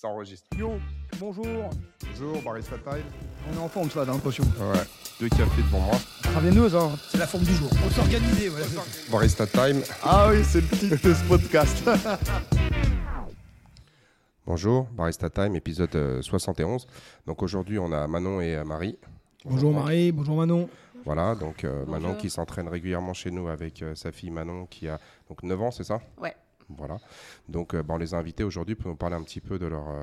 Ça enregistre. Yo, bonjour. Bonjour, Barista Time. On est en forme, ça, dans l'impression. Ouais, 2 cafés devant moi. Travailleuse, hein. C'est la forme du jour. On s'organise, voilà. Barista Time. Ah oui, c'est le titre de ce podcast. Bonjour, Barista Time, épisode 71. Donc aujourd'hui, on a Manon et Marie. Bonjour Marie, bonjour Manon. Voilà, donc Manon qui s'entraîne régulièrement chez nous avec sa fille Manon qui a donc 9 ans, c'est ça ? Ouais. Voilà. Donc on les a invités aujourd'hui pour nous parler un petit peu de leur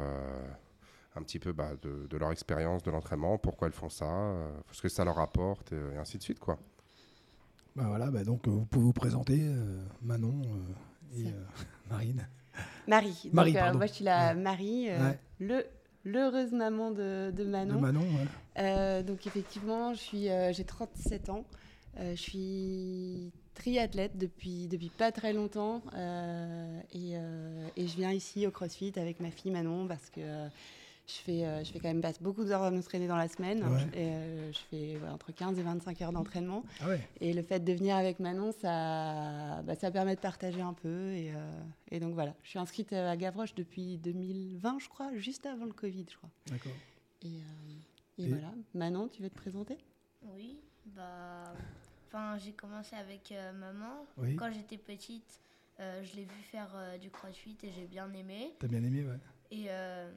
de leur expérience de l'entraînement, pourquoi elles font ça, ce que ça leur apporte et ainsi de suite quoi. Donc vous pouvez vous présenter Manon et Marine. Marie. Marie, donc, pardon. moi je suis la Marie, Ouais. l'heureuse maman de Manon. De Manon, ouais. Donc effectivement, j'ai 37 ans. Je suis triathlète depuis pas très longtemps et je viens ici au CrossFit avec ma fille Manon parce que je fais quand même beaucoup d'heures à m'entraîner dans la semaine. Ouais. Je fais entre 15 et 25 heures d'entraînement. Ah ouais. Et le fait de venir avec Manon, ça permet de partager un peu. Et donc voilà, je suis inscrite à Gavroche depuis 2020, je crois, juste avant le Covid, je crois. D'accord. Et voilà. Manon, tu veux te présenter ? Oui, j'ai commencé avec maman. Oui. Quand j'étais petite, je l'ai vu faire du crossfit et j'ai bien aimé. T'as bien aimé, ouais.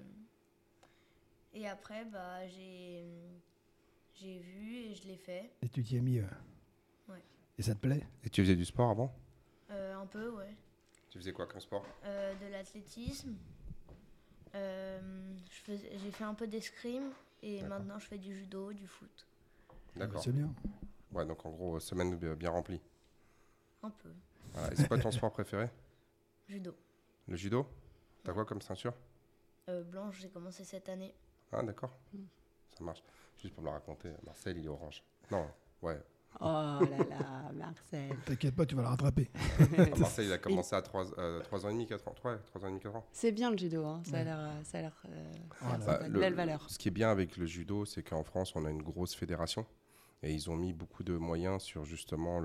Et après, j'ai vu et je l'ai fait. Et tu t'y es mis, Ouais. Et ça te plaît ? Et tu faisais du sport avant ? Un peu, ouais. Tu faisais quoi comme sport ? De l'athlétisme. J'ai fait un peu d'escrime et D'accord. maintenant je fais du judo, du foot. D'accord. C'est bien. Ouais, donc en gros, semaine bien remplie. Un peu. Voilà. Et c'est quoi ton sport préféré ? Judo. Le judo ? T'as quoi comme ceinture ? Blanche, j'ai commencé cette année. Ah d'accord, ça marche. Juste pour me le raconter, Marcel il est orange. Non, ouais. Oh là là, Marcel. T'inquiète pas, tu vas la rattraper. Marcel il a commencé à 3 ans et demi, 4 ans. Ouais, 3 ans et demi, 4 ans. C'est bien le judo, hein. Ça a l'air Voilà. de belle valeur. Ce qui est bien avec le judo, c'est qu'en France on a une grosse fédération et ils ont mis beaucoup de moyens sur justement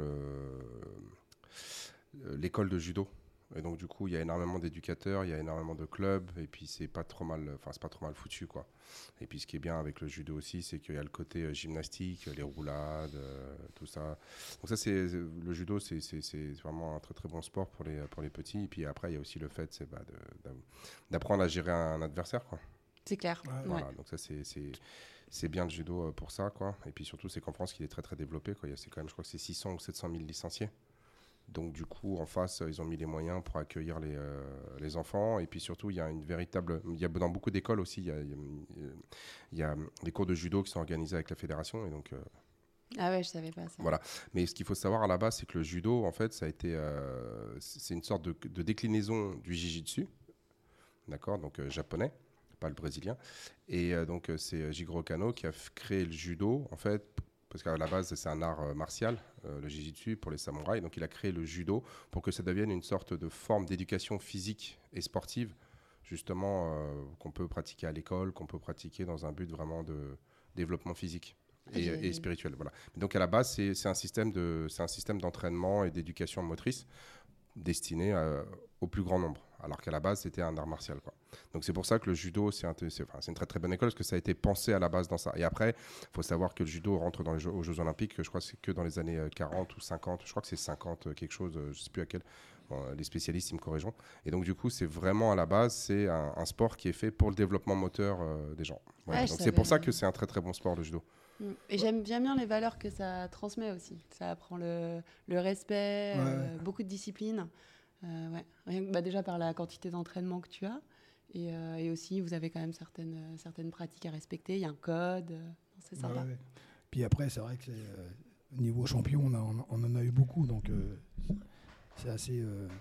l'école de judo. Et donc du coup il y a énormément d'éducateurs, il y a énormément de clubs et puis c'est pas trop mal foutu quoi. Et puis ce qui est bien avec le judo aussi, c'est qu'il y a le côté gymnastique, les roulades, tout ça. Donc ça le judo c'est vraiment un très très bon sport pour les petits. Et puis après il y a aussi le fait d'apprendre à gérer un adversaire quoi. C'est clair. Ouais. Voilà, donc ça c'est bien le judo pour ça quoi. Et puis surtout c'est qu'en France il est très très développé quoi. C'est quand même, je crois que c'est 600 ou 700 000 licenciés. Donc du coup, en face, ils ont mis les moyens pour accueillir les enfants. Et puis surtout, il y a dans beaucoup d'écoles aussi, il y a des cours de judo qui sont organisés avec la fédération. Et donc, Ah ouais, je savais pas ça. voilà. Mais ce qu'il faut savoir à la base, c'est que le judo, en fait, ça a été, c'est une sorte de déclinaison du jiu-jitsu, d'accord, donc japonais, pas le brésilien. Et donc c'est Jigoro Kano qui a créé le judo, en fait. Parce qu'à la base, c'est un art martial, le jiu-jitsu pour les samouraïs. Donc, il a créé le judo pour que ça devienne une sorte de forme d'éducation physique et sportive, justement, qu'on peut pratiquer à l'école, qu'on peut pratiquer dans un but vraiment de développement physique et spirituel. Voilà. Donc, à la base, c'est un système d'entraînement et d'éducation motrice destiné au plus grand nombre. Alors qu'à la base, c'était un art martial, quoi. Donc c'est pour ça que le judo, c'est une très très bonne école, parce que ça a été pensé à la base dans ça. Et après, il faut savoir que le judo rentre aux Jeux Olympiques, je crois que c'est que dans les années 40 ou 50, je crois que c'est 50 quelque chose, je ne sais plus à quel, les spécialistes, ils me corrigeront. Et donc du coup, c'est vraiment à la base, c'est un sport qui est fait pour le développement moteur des gens. Voilà. Ouais, Donc c'est pour ça que c'est un très très bon sport, le judo. Et j'aime bien les valeurs que ça transmet aussi. Ça apprend le respect, beaucoup de discipline. Rien que déjà par la quantité d'entraînement que tu as. Et aussi, vous avez quand même certaines pratiques à respecter. Il y a un code. C'est sympa. Ouais. Puis après, c'est vrai que niveau champion, on en a eu beaucoup. Donc, c'est assez...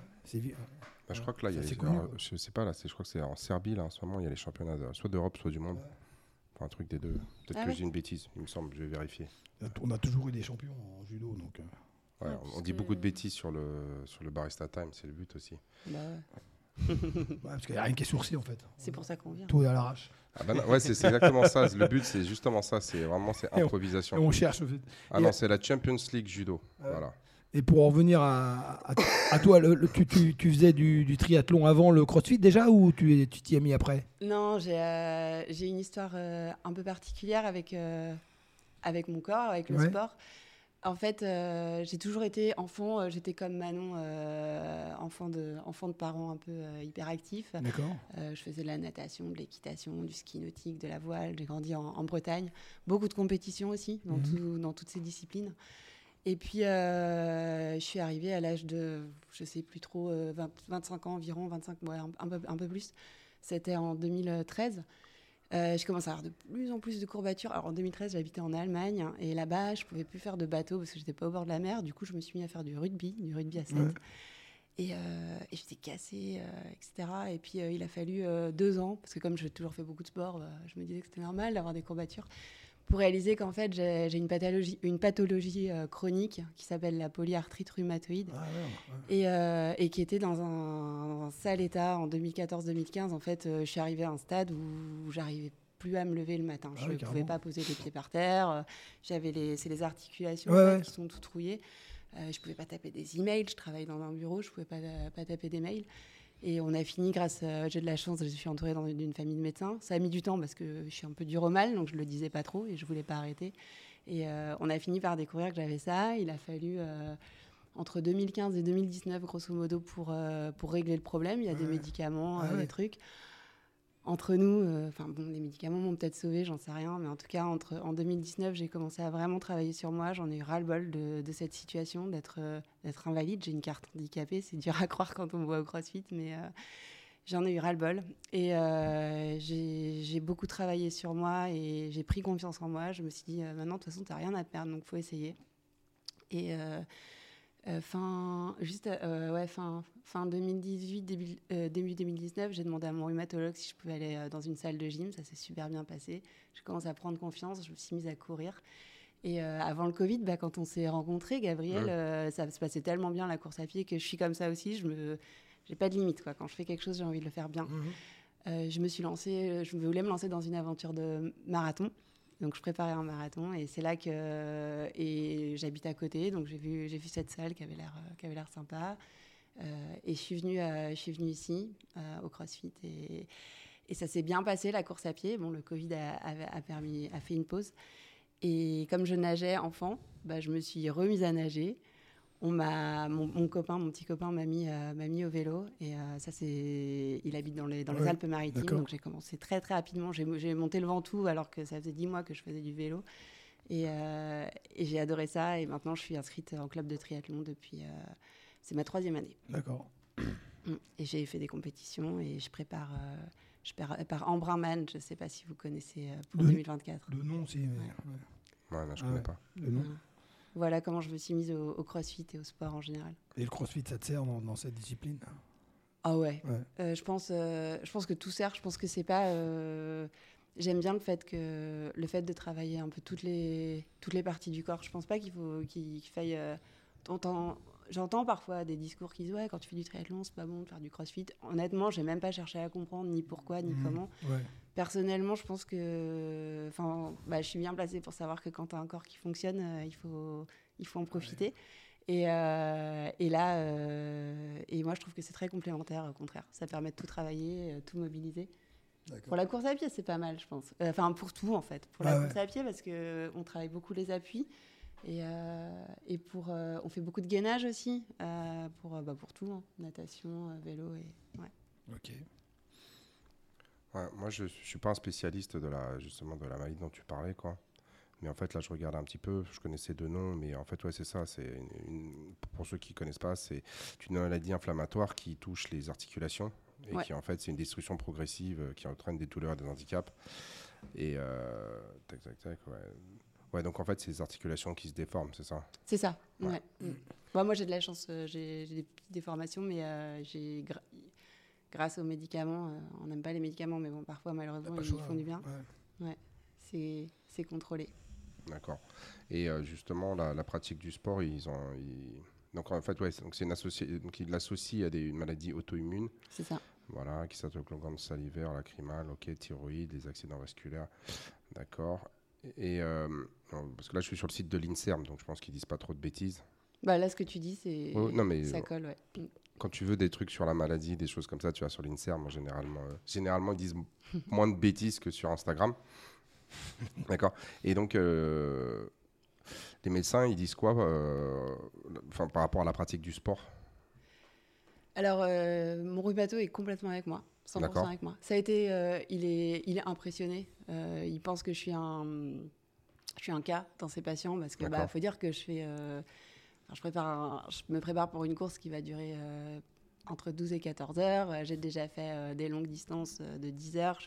Je crois que là, je sais pas, là, je crois que c'est en Serbie, là, en ce moment, il y a les championnats soit d'Europe, soit du monde. Enfin, un truc des deux. Peut-être que je dis une bêtise, il me semble, je vais vérifier. On a toujours eu des champions en judo, donc... Ouais, on dit beaucoup de bêtises sur le Barista Time, c'est le but aussi. Bah ouais. Parce qu'il n'y a rien qui est sourcé en fait. C'est pour ça qu'on vient. Tout est à l'arrache. Ah bah non, ouais, c'est exactement ça. Le but, c'est justement ça. C'est improvisation. Et on cherche. En fait. Ah non, c'est la Champions League judo. Voilà. Et pour en revenir à toi, tu faisais du triathlon avant le CrossFit déjà ou tu t'y as mis après? Non, j'ai une histoire un peu particulière avec mon corps, avec le sport. En fait, j'ai toujours été enfant, j'étais comme Manon, enfant de parents un peu hyperactifs. D'accord. Je faisais de la natation, de l'équitation, du ski nautique, de la voile. J'ai grandi en Bretagne. Beaucoup de compétitions aussi dans toutes ces disciplines. Et puis, je suis arrivée à l'âge de, je ne sais plus trop, 25 ans environ, 25, ouais, un peu plus. C'était en 2013. Je commence à avoir de plus en plus de courbatures. Alors en 2013, j'habitais en Allemagne et là-bas, je ne pouvais plus faire de bateau parce que je n'étais pas au bord de la mer. Du coup, je me suis mis à faire du rugby à 7. Et j'étais cassée, etc. Et puis, il a fallu 2 ans, parce que comme j'ai toujours fait beaucoup de sport, je me disais que c'était normal d'avoir des courbatures, pour réaliser qu'en fait, j'ai une pathologie chronique qui s'appelle la polyarthrite rhumatoïde et qui était dans un sale état en 2014-2015. En fait, je suis arrivée à un stade où j'arrivais plus à me lever le matin. Je ne pouvais pas poser les pieds par terre. C'est les articulations qui sont toutes rouillées. Je ne pouvais pas taper des emails. Je travaille dans un bureau, je ne pouvais pas taper des mails. Et on a fini j'ai de la chance, je suis entourée d'une famille de médecins. Ça a mis du temps parce que je suis un peu dure au mal, donc je ne le disais pas trop et je ne voulais pas arrêter. Et on a fini par découvrir que j'avais ça. Il a fallu entre 2015 et 2019, grosso modo, pour régler le problème. Il y a des médicaments, des trucs. Entre nous, les médicaments m'ont peut-être sauvée, j'en sais rien, mais en tout cas, en 2019, j'ai commencé à vraiment travailler sur moi. J'en ai eu ras-le-bol de cette situation, d'être invalide. J'ai une carte handicapée, c'est dur à croire quand on me voit au CrossFit, mais j'en ai eu ras-le-bol. Et j'ai beaucoup travaillé sur moi et j'ai pris confiance en moi. Je me suis dit, maintenant, de toute façon, tu n'as rien à te perdre, donc il faut essayer. Et fin 2018, début 2019, j'ai demandé à mon rhumatologue si je pouvais aller dans une salle de gym. Ça s'est super bien passé. Je commence à prendre confiance, je me suis mise à courir. Et avant le Covid, quand on s'est rencontrés, Gabriel, ça se passait tellement bien la course à pied que je suis comme ça aussi. J'ai pas de limite, quoi. Quand je fais quelque chose, j'ai envie de le faire bien. Je voulais me lancer dans une aventure de marathon. Donc, je préparais un marathon et c'est là que... Et j'habite à côté, donc j'ai vu cette salle qui avait l'air sympa. Et je suis venue ici, au CrossFit. Et ça s'est bien passé, la course à pied. Bon, le Covid a fait une pause. Et comme je nageais enfant, je me suis remise à nager. Mon petit copain m'a mis au vélo et il habite dans les Alpes-Maritimes, donc j'ai commencé très très rapidement. J'ai monté le Ventoux alors que ça faisait 10 mois que je faisais du vélo et j'ai adoré ça. Et maintenant je suis inscrite en club de triathlon depuis c'est ma 3e année. D'accord. Et j'ai fait des compétitions et je prépare Embrunman, je ne sais pas si vous connaissez pour 2024. Le nom, si. Ouais, non, je ne connais pas. Le nom. Voilà comment je me suis mise au CrossFit et au sport en général. Et le CrossFit, ça te sert dans cette discipline? Ah ouais. Je pense que tout sert. Je pense que c'est pas... J'aime bien le fait de travailler un peu toutes les parties du corps. Je pense pas qu'il faille... J'entends parfois des discours qui disent « Ouais, quand tu fais du triathlon, c'est pas bon de faire du CrossFit. » Honnêtement, j'ai même pas cherché à comprendre ni pourquoi, ni comment. Ouais. Personnellement, je pense que... je suis bien placée pour savoir que quand tu as un corps qui fonctionne, il faut en profiter. Ouais. Et moi, je trouve que c'est très complémentaire, au contraire. Ça permet de tout travailler, tout mobiliser. D'accord. Pour la course à pied, c'est pas mal, je pense. Pour tout, en fait. Pour la course à pied, parce qu'on travaille beaucoup les appuis. Et on fait beaucoup de gainage aussi, pour tout, hein. Natation, vélo. Ok. Ouais, moi, je ne suis pas un spécialiste de la maladie dont tu parlais, quoi. Mais en fait, là, je regarde un petit peu, je connaissais 2 noms, mais en fait, ouais, c'est ça. Pour ceux qui ne connaissent pas, c'est une maladie inflammatoire qui touche les articulations et qui, en fait, c'est une destruction progressive qui entraîne des douleurs et des handicaps. Et ouais, donc en fait, c'est les articulations qui se déforment, c'est ça? C'est ça, ouais. Moi, j'ai de la chance, j'ai des petites déformations, mais grâce aux médicaments, on n'aime pas les médicaments, mais bon, parfois, malheureusement, ils font du bien. Ouais, c'est contrôlé. D'accord. Et justement, la pratique du sport, donc en fait, ouais, donc c'est donc ils l'associent à une maladie auto-immune. C'est ça. Voilà, qui s'attaque aux glandes salivaires, lacrymales, thyroïde, les accidents vasculaires. D'accord. Et parce que là, je suis sur le site de l'INSERM, donc je pense qu'ils disent pas trop de bêtises. Bah là, ce que tu dis, c'est Non, mais ça colle, ouais. quand tu veux des trucs sur la maladie, des choses comme ça, tu vas sur l'INSERM, généralement, ils disent moins de bêtises que sur Instagram. D'accord. Et donc, les médecins, ils disent quoi par rapport à la pratique du sport? Alors, mon rhumato est complètement avec moi, 100% D'accord. avec moi. Ça a été, il est impressionné. Il pense que je suis un cas dans ses patients parce que faut dire que je me prépare pour une course qui va durer entre 12 et 14 heures. J'ai déjà fait des longues distances de 10 heures.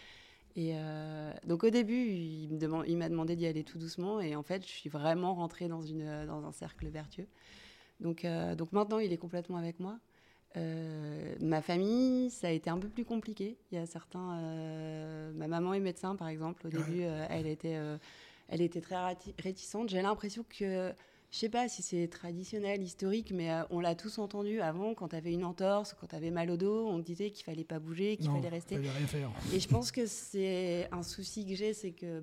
Donc au début, il m'a demandé d'y aller tout doucement et en fait, je suis vraiment rentrée dans un cercle vertueux. Donc maintenant, il est complètement avec moi. Ma famille, ça a été un peu plus compliqué. Il y a certains... ma maman est médecin, par exemple. Au début, elle était très réticente. J'ai l'impression que... Je sais pas si c'est traditionnel, historique, mais on l'a tous entendu avant, quand tu avais une entorse, quand tu avais mal au dos, on te disait qu'il fallait pas bouger, qu'il fallait rester. Il fallait rien faire. Et je pense que c'est un souci que j'ai, c'est que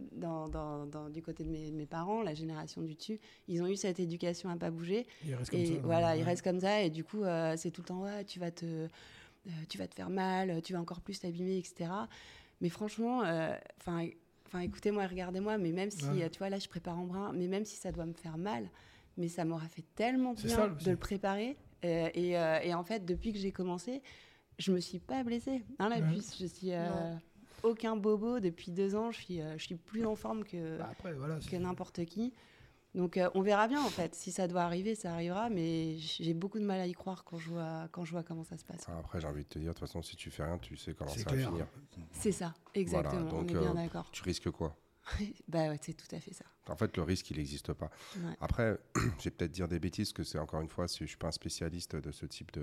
du côté de mes parents, la génération du dessus, ils ont eu cette éducation à pas bouger. Ils restent comme et ça. Voilà, ils restent comme ça, et du coup, c'est tout le temps, tu vas te faire mal, tu vas encore plus t'abîmer, etc. Mais franchement, écoutez-moi, regardez-moi, mais même si, tu vois, là, je prépare en brin, mais même si ça doit me faire mal, mais ça m'aura fait tellement bien de le préparer. Et en fait, depuis que j'ai commencé, je me suis pas blessée. Je suis aucun bobo. Depuis 2 ans, je suis plus en forme que n'importe qui. Donc, on verra bien, en fait. Si ça doit arriver, ça arrivera, mais j'ai beaucoup de mal à y croire quand je vois comment ça se passe. Après, j'ai envie de te dire, de toute façon, si tu fais rien, tu sais comment ça clair. va finir. C'est ça, exactement. Voilà, donc, on est bien d'accord. Tu risques quoi? C'est tout à fait ça. En fait, le risque, il n'existe pas. Ouais. Après, je vais peut-être dire des bêtises, que c'est encore une fois, je ne suis pas un spécialiste de ce type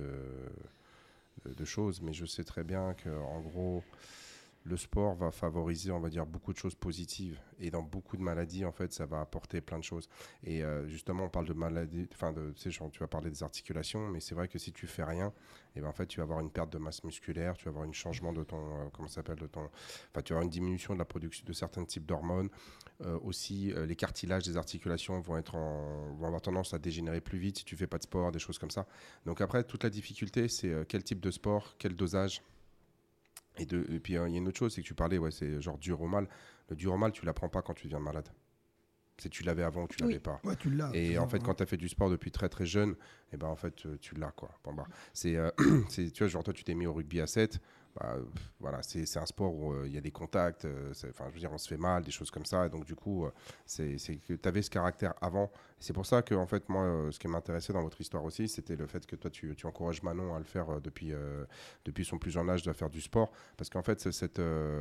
de choses, mais je sais très bien qu'en gros, le sport va favoriser, on va dire, beaucoup de choses positives. Et dans beaucoup de maladies, en fait, ça va apporter plein de choses. Et justement, on parle de maladies, tu vas parler des articulations, mais c'est vrai que si tu fais rien, en fait, tu vas avoir une perte de masse musculaire, tu vas avoir un changement de ton, tu vas avoir une diminution de la production de certains types d'hormones. Aussi, les cartilages des articulations vont avoir tendance à dégénérer plus vite si tu fais pas de sport, des choses comme ça. Donc après, toute la difficulté, c'est quel type de sport, quel dosage. Et puis, il y a une autre chose, c'est que tu parlais, c'est genre dur au mal. Le dur au mal, tu l'apprends pas quand tu deviens malade. C'est tu l'avais avant ou tu l'avais pas. Ouais, tu l'as. Et en fait, quand tu as fait du sport depuis très très jeune, en fait, tu l'as, quoi. Bon, tu vois, genre toi, tu t'es mis au rugby à 7. Voilà, c'est un sport où il y a des contacts, je veux dire, on se fait mal, des choses comme ça. Et donc, du coup, c'est que tu avais ce caractère avant. Et c'est pour ça que, en fait, moi, ce qui m'intéressait dans votre histoire aussi, c'était le fait que toi, tu encourages Manon à le faire depuis son plus jeune âge, de faire du sport. Parce qu'en fait, cette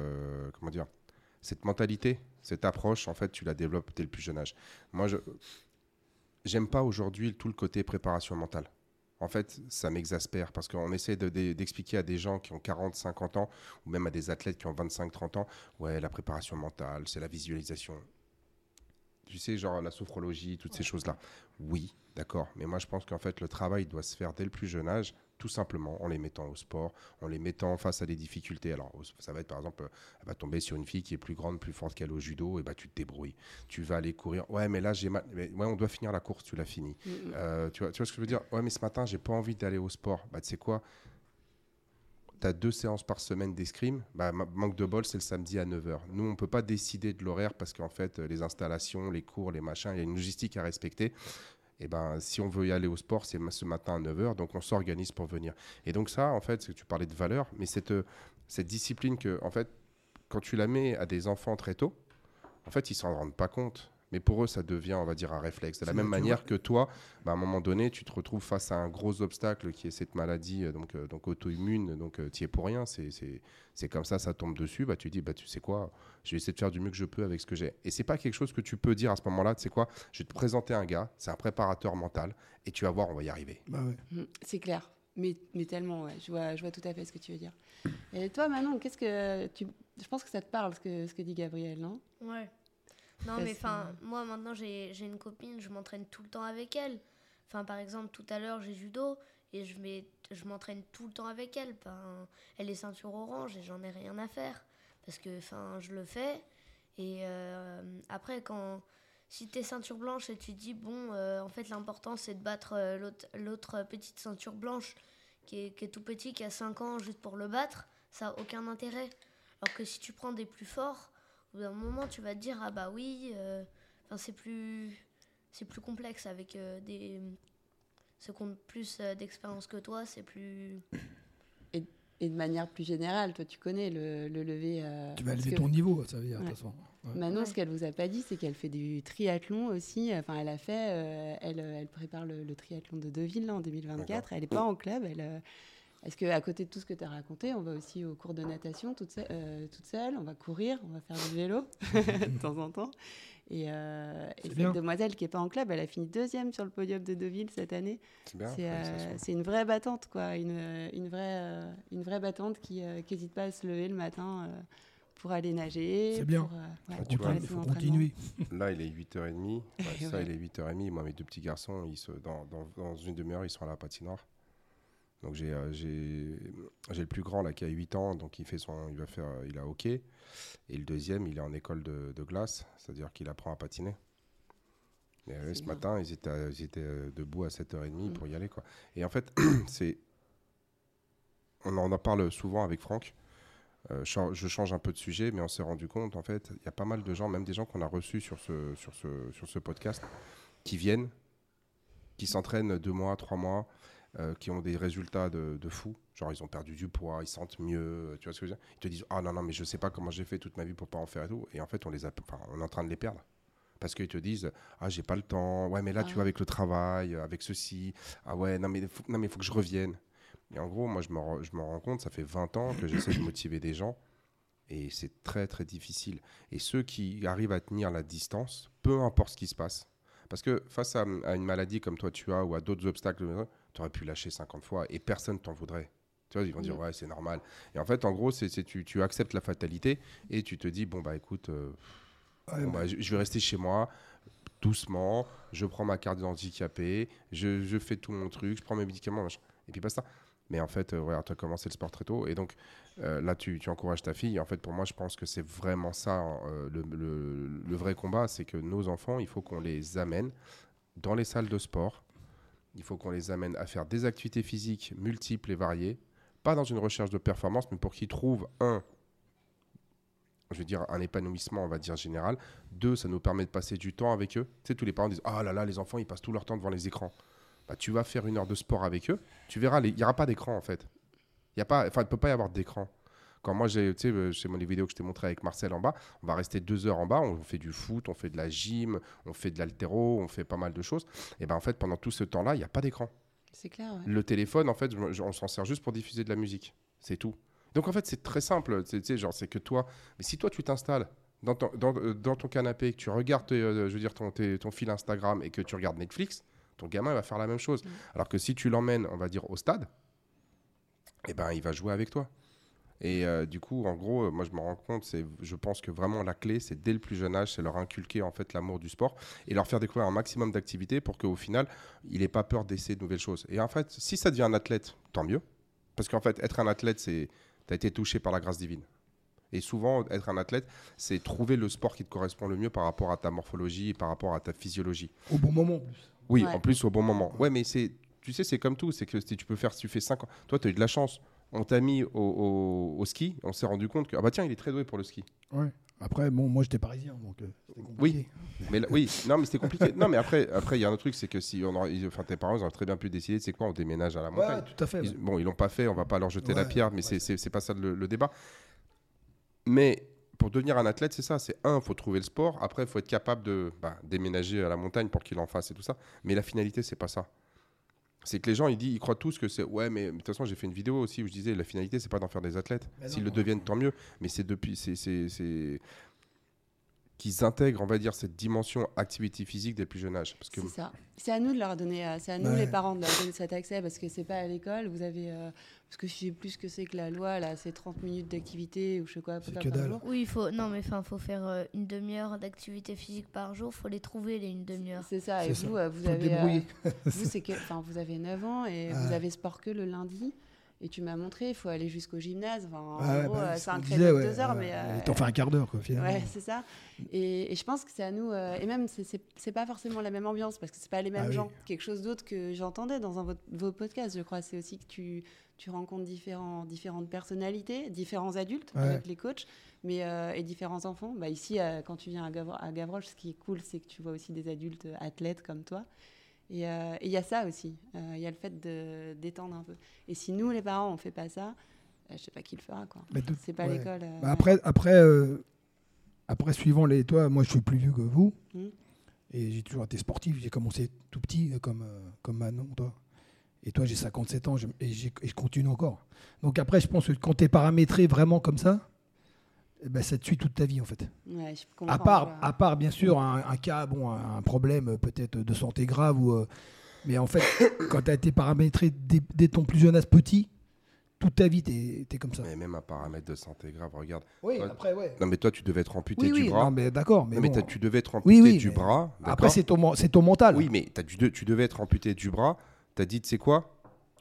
mentalité, cette approche, en fait, tu la développes dès le plus jeune âge. Moi, j'aime pas aujourd'hui tout le côté préparation mentale. En fait, ça m'exaspère parce qu'on essaie d'expliquer à des gens qui ont 40, 50 ans ou même à des athlètes qui ont 25, 30 ans, la préparation mentale, c'est la visualisation. Tu sais, genre la sophrologie, toutes ces choses-là. Oui, d'accord. Mais moi, je pense qu'en fait, le travail doit se faire dès le plus jeune âge, tout simplement en les mettant au sport, en les mettant face à des difficultés. Alors, ça va être par exemple, elle va tomber sur une fille qui est plus grande, plus forte qu'elle au judo, et tu te débrouilles. Tu vas aller courir. Ouais, mais là, j'ai mal. On doit finir la course, tu l'as fini. Tu vois ce que je veux dire? Ouais, mais ce matin, j'ai pas envie d'aller au sport. Tu sais quoi? Tu as 2 séances par semaine d'escrime, manque de bol, c'est le samedi à 9h. Nous, on ne peut pas décider de l'horaire parce qu'en fait, les installations, les cours, les machins, il y a une logistique à respecter. Si on veut y aller au sport, c'est ce matin à 9h, donc on s'organise pour venir. Et donc ça, en fait, c'est que tu parlais de valeur, mais cette discipline que, en fait, quand tu la mets à des enfants très tôt, en fait, ils ne s'en rendent pas compte. Mais pour eux, ça devient, on va dire, un réflexe. De la même manière que toi, à un moment donné, tu te retrouves face à un gros obstacle qui est cette maladie donc auto-immune, donc tu n'y es pour rien. C'est comme ça tombe dessus. Tu dis, tu sais quoi, je vais essayer de faire du mieux que je peux avec ce que j'ai. Et c'est pas quelque chose que tu peux dire à ce moment-là. Tu sais quoi, je vais te présenter un gars, c'est un préparateur mental, et tu vas voir, on va y arriver. C'est clair. Mais tellement, ouais. Je vois tout à fait ce que tu veux dire. Et toi, Manon, je pense que ça te parle, ce que dit Gabriel, non? Ouais. Non, mais moi, maintenant, j'ai une copine, je m'entraîne tout le temps avec elle. Par exemple, tout à l'heure, j'ai judo et je m'entraîne tout le temps avec elle. Elle est ceinture orange et j'en ai rien à faire parce que je le fais. Et après, si t'es ceinture blanche et tu te dis, bon, en fait, l'important, c'est de battre l'autre petite ceinture blanche qui est tout petit, qui a 5 ans, juste pour le battre, ça n'a aucun intérêt. Alors que si tu prends des plus forts, au bout d'un moment, tu vas te dire, ah bah oui, c'est plus complexe avec ceux qui ont plus d'expérience que toi, c'est plus... Et de manière plus générale, toi, tu connais le lever... tu vas élever ton niveau, ça veut dire, de toute façon. Manon, ce qu'elle vous a pas dit, c'est qu'elle fait du triathlon aussi. Enfin, elle a fait... elle prépare le triathlon de Deauville là, en 2024. D'accord. Elle n'est pas en club. Est-ce qu'à côté de tout ce que tu as raconté, on va aussi au cours de natation toute seule, on va courir, on va faire du vélo de temps en temps. Et cette demoiselle qui n'est pas en club, elle a fini 2e sur le podium de Deauville cette année. C'est bien. C'est une vraie battante, quoi. Une vraie battante qui n'hésite pas à se lever le matin pour aller nager. C'est bien. Il faut continuer. Là, il est 8h30. Il est 8h30. Moi, mes 2 petits garçons, dans une demi-heure, ils sont à la patinoire. Donc j'ai le plus grand là qui a 8 ans, donc il a hockey, et le deuxième il est en école de glace, c'est-à-dire qu'il apprend à patiner. Et ce matin ils étaient debout à 7h30 pour y aller, quoi. Et en fait on en parle souvent avec Franck. Je change un peu de sujet, mais on s'est rendu compte, en fait, il y a pas mal de gens, même des gens qu'on a reçus sur ce podcast, qui viennent, qui s'entraînent 2 mois, 3 mois, qui ont des résultats de fou. Genre, ils ont perdu du poids, ils sentent mieux, tu vois ce que je veux dire ? Ils te disent « Ah non, mais je sais pas comment j'ai fait toute ma vie pour pas en faire et tout. » Et en fait, on est en train de les perdre. Parce qu'ils te disent « Ah, j'ai pas le temps. Ouais, mais là, tu vois, avec le travail, avec ceci. Ah ouais, non, mais faut que je revienne. » Et en gros, moi, je me rends compte, ça fait 20 ans que j'essaie de motiver des gens. Et c'est très, très difficile. Et ceux qui arrivent à tenir la distance, peu importe ce qui se passe. Parce que face à une maladie comme toi tu as, ou à d'autres obstacles, tu aurais pu lâcher 50 fois et personne t'en voudrait. Tu vois, ils vont dire ouais, c'est normal. Et en fait, en gros, tu acceptes la fatalité et tu te dis bon bah écoute, je vais rester chez moi doucement, je prends ma carte d'handicapé, je fais tout mon truc, je prends mes médicaments, machin, et puis basta. Mais en fait, tu as commencé le sport très tôt. Et donc, là, tu encourages ta fille. Et en fait, pour moi, je pense que c'est vraiment ça, le vrai combat. C'est que nos enfants, il faut qu'on les amène dans les salles de sport. Il faut qu'on les amène à faire des activités physiques multiples et variées. Pas dans une recherche de performance, mais pour qu'ils trouvent un épanouissement, on va dire, général. 2, ça nous permet de passer du temps avec eux. Tu sais, tous les parents disent « Ah là là, les enfants, ils passent tout leur temps devant les écrans. » Bah, tu vas faire 1 heure de sport avec eux, tu verras, il n'y aura pas d'écran en fait. Il ne peut pas y avoir d'écran. Quand moi, chez les vidéos que je t'ai montré avec Marcel en bas, on va rester 2 heures en bas, on fait du foot, on fait de la gym, on fait de l'haltéro, on fait pas mal de choses. Et ben en fait, pendant tout ce temps-là, il n'y a pas d'écran. C'est clair, ouais. Le téléphone, en fait, on s'en sert juste pour diffuser de la musique. C'est tout. Donc en fait, c'est très simple. C'est que toi, mais si toi, tu t'installes dans ton canapé, que tu regardes ton fil Instagram et que tu regardes Netflix, ton gamin va faire la même chose. Alors que si tu l'emmènes, on va dire, au stade, eh ben, il va jouer avec toi. Et du coup, en gros, moi, je me rends compte, je pense que vraiment la clé, c'est dès le plus jeune âge, c'est leur inculquer en fait l'amour du sport et leur faire découvrir un maximum d'activités pour qu'au final, il n'ait pas peur d'essayer de nouvelles choses. Et en fait, si ça devient un athlète, tant mieux. Parce qu'en fait, être un athlète, tu as été touché par la grâce divine. Et souvent, être un athlète, c'est trouver le sport qui te correspond le mieux par rapport à ta morphologie et par rapport à ta physiologie. Au bon moment, en plus. Oui, en plus, au bon moment. Ouais, mais tu sais, c'est comme tout. C'est que si tu fais 5 ans. Toi, tu as eu de la chance. On t'a mis au ski. On s'est rendu compte que, ah bah tiens, il est très doué pour le ski. Ouais. Après, bon, moi, j'étais parisien, donc c'était compliqué. Oui, non, mais c'était compliqué. Non, mais après, il y a un autre truc, c'est que si tes parents, ils auraient très bien pu décider, c'est quoi, on déménage à la montagne. Ouais, tout à fait. Ils l'ont pas fait, on va pas leur jeter la pierre, mais c'est pas ça le débat. Mais pour devenir un athlète, c'est ça. C'est faut trouver le sport. Après, il faut être capable de déménager à la montagne pour qu'il en fasse et tout ça. Mais la finalité, c'est pas ça. C'est que les gens, ils croient tous que c'est... Ouais, mais de toute façon, j'ai fait une vidéo aussi où je disais la finalité, c'est pas d'en faire des athlètes. S'ils le deviennent, tant mieux. Mais c'est qu'ils intègrent, on va dire, cette dimension activité physique dès le plus jeune âge. Parce que... C'est ça. C'est à nous de leur donner, c'est à nous les parents de leur donner cet accès, parce que c'est pas à l'école. Vous avez, parce que je sais plus ce que c'est que la loi, là, c'est 30 minutes d'activité ou je sais quoi. C'est que dalle. Oui, faut faire 1 demi-heure d'activité physique par jour. Faut les trouver les 1 demi-heure. C'est ça. Et vous avez, vous c'est que, vous avez 9 ans et vous avez sport que le lundi. Et tu m'as montré, il faut aller jusqu'au gymnase. Enfin, en gros, bah, c'est un créneau de 2 heures. Mais t'en fais un quart d'heure, quoi, finalement. Ouais, c'est ça. Et je pense que c'est à nous. Et même, c'est pas forcément la même ambiance parce que c'est pas les mêmes gens. Oui. Quelque chose d'autre que j'entendais dans vos podcasts, je crois. C'est aussi que tu rencontres différentes personnalités, différents adultes avec les coachs, mais, et différents enfants. Bah, ici, quand tu viens à Gavroche, ce qui est cool, c'est que tu vois aussi des adultes athlètes comme toi. Et il y a ça aussi, il y a le fait de d'étendre un peu. Et si nous, les parents, on ne fait pas ça, je ne sais pas qui le fera, quoi. C'est pas l'école. Bah après, suivant les... Toi, moi, je suis plus vieux que vous. Et j'ai toujours été sportif. J'ai commencé tout petit, comme Manon, toi. Et toi, j'ai 57 ans et je continue encore. Donc après, je pense que quand tu es paramétré vraiment comme ça, ben, ça te suit toute ta vie, en fait. Ouais, je comprends, à part, bien sûr, un cas, un problème peut-être de santé grave. Mais en fait, quand tu as été paramétré dès ton plus jeune âge petit, toute ta vie, tu es comme ça. Mais même un paramètre de santé grave, regarde. Oui, toi, après, ouais. Non, mais toi, tu devais être amputé du bras. Non, mais d'accord. Mais tu devais être amputé du bras. Après, c'est ton mental. Oui, mais tu devais être amputé du bras. Tu as dit, tu sais quoi ?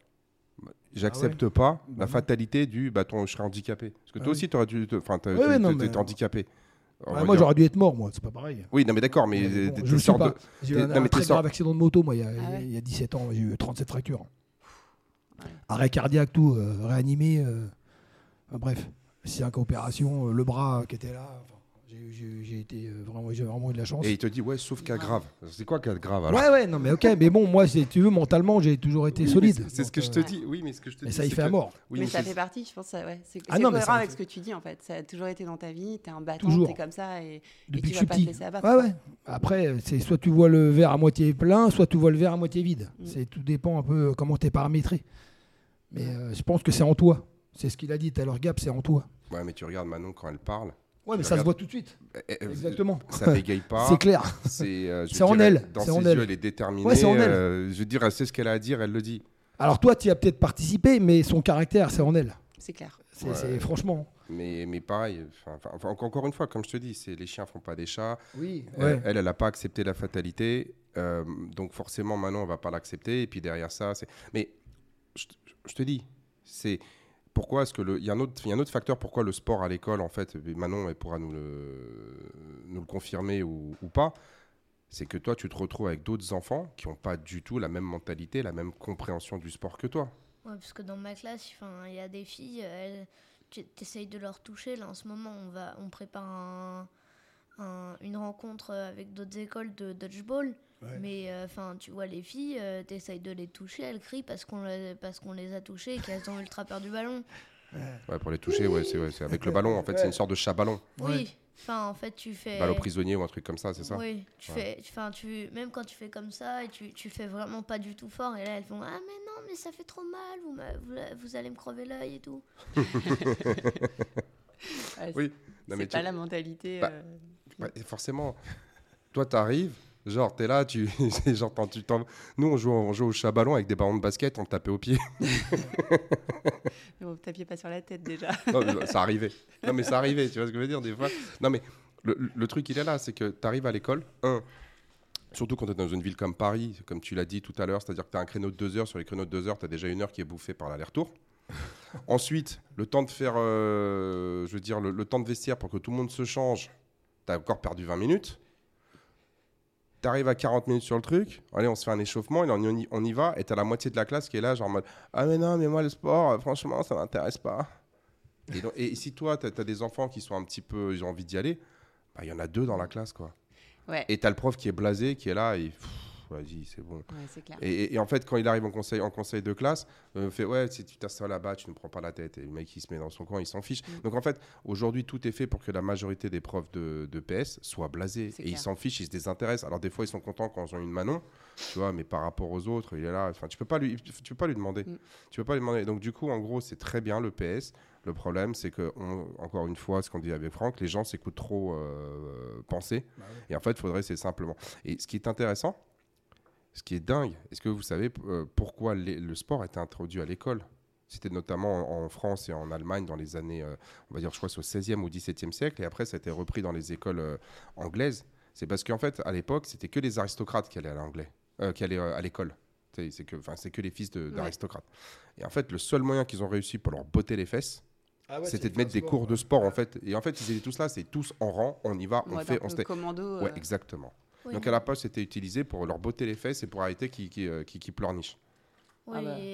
J'accepte pas la fatalité du je serai handicapé. Parce que toi aussi, tu aurais dû. Enfin, tu étais handicapé. Moi, j'aurais dû être mort, moi, c'est pas pareil. Oui, non, mais d'accord, mais. Je ne sais pas. J'ai eu un très grave accident de moto, moi, il y a 17 ans. J'ai eu 37 fractures. Arrêt cardiaque, tout, réanimé. Bref, 5 opérations, le bras qui était là. J'ai vraiment eu de la chance. Et il te dit, sauf cas grave. C'est quoi cas grave alors ? Ouais, non, mais ok, mais bon, moi, si tu veux, mentalement, j'ai toujours été solide. C'est ce que je te dis. Oui, mais ce que je te dis. Et ça, il fait à mort. Oui, mais ça fait partie, je pense. C'est cohérent avec ce que tu dis, en fait. Ça a toujours été dans ta vie. T'es un battant, t'es comme ça, et tu vas pas te laisser abattre. Ouais. Après, c'est soit tu vois le verre à moitié plein, soit tu vois le verre à moitié vide. Tout dépend un peu comment t'es paramétré. Mais je pense que c'est en toi. C'est ce qu'il a dit tout à l'heure, Gap, c'est en toi. Ouais, mais tu regardes Manon quand elle parle. Ouais, mais ça se voit tout de suite. Exactement. Ça bégaye pas. C'est clair. C'est en elle. Dans ses yeux, elle est déterminée. Ouais, c'est en elle. Je veux dire, elle sait ce qu'elle a à dire, elle le dit. Alors toi, tu y as peut-être participé, mais son caractère, c'est en elle. C'est clair. C'est franchement. Mais pareil, encore une fois, comme je te dis, les chiens font pas des chats. Oui. Elle n'a pas accepté la fatalité. Donc forcément, Manon, on va pas l'accepter. Et puis derrière ça, c'est... Mais je te dis, c'est... Pourquoi est-ce que il y a un autre facteur pourquoi le sport à l'école, en fait, Manon elle pourra nous le confirmer ou pas, c'est que toi tu te retrouves avec d'autres enfants qui n'ont pas du tout la même mentalité, la même compréhension du sport que toi. Ouais, parce que dans ma classe, il y a des filles, tu essayes de leur toucher. Là en ce moment, on prépare une rencontre avec d'autres écoles de dodgeball. Ouais. Mais tu vois les filles, t'essayes de les toucher, elles crient parce qu'on les a touchées et qu'elles ont ultra peur du ballon. Ouais, pour les toucher, c'est avec le ballon. En fait, c'est une sorte de chat-ballon. Oui. En fait, tu fais... Ballon prisonnier ou un truc comme ça, c'est ça ? Oui, même quand tu fais comme ça, et tu fais vraiment pas du tout fort, et là, elles font « Ah, mais non, mais ça fait trop mal, vous allez me crever l'œil et tout. » Oui. C'est pas la mentalité... forcément, toi, t'arrives... Genre, t'es là, nous, on joue au chat-ballon avec des ballons de basket, on te tapait au pied. Vous ne tapiez pas sur la tête déjà. Non, mais ça arrivait. Tu vois ce que je veux dire, des fois. Non, mais le truc, il est là, c'est que t'arrives à l'école, surtout quand t'es dans une ville comme Paris, comme tu l'as dit tout à l'heure, c'est-à-dire que t'as un créneau de 2 heures, sur les créneaux de 2 heures, t'as déjà 1 heure qui est bouffée par l'aller-retour. Ensuite, le temps de faire, le temps de vestiaire pour que tout le monde se change, t'as encore perdu 20 minutes. T'arrives à 40 minutes sur le truc, allez, on se fait un échauffement, et on y va, et t'as la moitié de la classe qui est là, genre en mode « Ah mais non, mais moi le sport, franchement, ça m'intéresse pas. » Et si toi, t'as des enfants qui sont un petit peu, ils ont envie d'y aller, il y en a 2 dans la classe, quoi. Ouais. Et t'as le prof qui est blasé, qui est là, et vas-y, c'est bon. Ouais, c'est clair. Et en fait, quand il arrive en conseil de classe, fait ouais, si tu t'assois là-bas, tu ne prends pas la tête. Et le mec, il se met dans son coin, il s'en fiche. Donc en fait, aujourd'hui, tout est fait pour que la majorité des profs de PS soient blasés. Et ils s'en fichent, ils se désintéressent. Alors des fois, ils sont contents quand ils ont une Manon, tu vois, mais par rapport aux autres, il est là. Enfin, tu peux pas lui demander. Tu peux pas lui demander. Donc du coup, en gros, c'est très bien le PS. Le problème, c'est que, encore une fois, ce qu'on dit avec Franck, les gens s'écoutent trop penser. Bah oui. Et en fait, c'est simplement. Et ce qui est intéressant, ce qui est dingue, est-ce que vous savez pourquoi le sport a été introduit à l'école ? C'était notamment en France et en Allemagne dans les années, on va dire, je crois, c'est au XVIe ou XVIIe siècle. Et après, ça a été repris dans les écoles anglaises. C'est parce qu'en fait, à l'époque, c'était que les aristocrates qui allaient à l'école. C'est que les fils d'aristocrates. Et en fait, le seul moyen qu'ils ont réussi pour leur botter les fesses, c'était de mettre des cours de sport, en fait. Et en fait, ils étaient tous là, c'est tous en rang, on y va, on fait, on se commando. Ouais, exactement. Oui. Donc à la poste, c'était utilisé pour leur botter les fesses et pour arrêter qu'ils pleurnichent. Oui,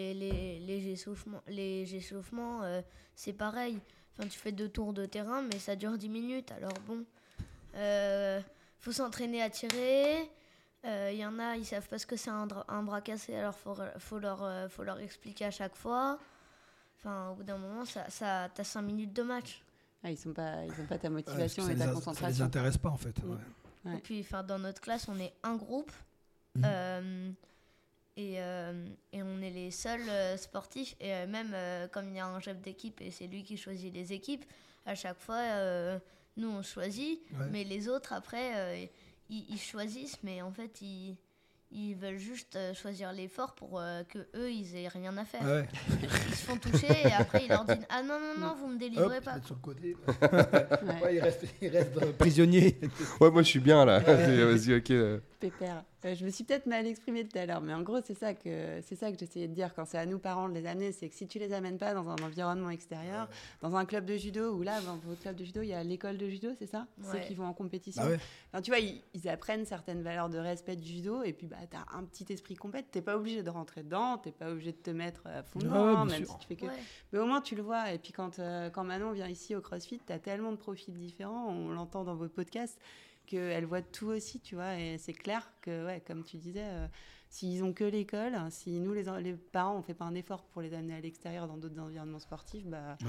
les échauffements, c'est pareil. Enfin, tu fais 2 tours de terrain, mais ça dure 10 minutes. Alors bon, faut s'entraîner à tirer. Il y en a, ils savent pas ce que c'est un bras cassé, alors faut leur expliquer à chaque fois. Enfin, au bout d'un moment, t'as 5 minutes de match. Ah, ils ont pas ta motivation et ta concentration. Ça les intéresse pas en fait. Ouais. Et puis, dans notre classe, on est un groupe. Et on est les seuls sportifs. Et même comme il y a un chef d'équipe et c'est lui qui choisit les équipes, à chaque fois, nous on choisit. Mais les autres, après, ils choisissent, mais en fait, ils veulent juste choisir l'effort pour que eux ils aient rien à faire. Ils se font toucher et après ils leur disent ah non vous me délivrez pas. Sur le côté. Ils restent prisonniers. Ouais, moi je suis bien là. Vas-y, ok. Pépère. Je me suis peut-être mal exprimée tout à l'heure, mais en gros c'est ça que j'essayais de dire quand c'est à nous parents de les amener, c'est que si tu les amènes pas dans un environnement extérieur, dans un club de judo, où là dans votre club de judo il y a l'école de judo, c'est ça, ceux qui vont en compétition. Enfin, tu vois, ils apprennent certaines valeurs de respect du judo et puis t'as un petit esprit compète, t'es pas obligé de rentrer dedans, t'es pas obligé de te mettre à fond dedans, même si tu fais que. Mais au moins tu le vois. Et puis quand Manon vient ici au CrossFit, t'as tellement de profils différents, on l'entend dans vos podcasts, qu'elle voit tout aussi, tu vois, et c'est clair que, comme tu disais, s'ils ont que l'école, si nous, les parents, on fait pas un effort pour les amener à l'extérieur dans d'autres environnements sportifs,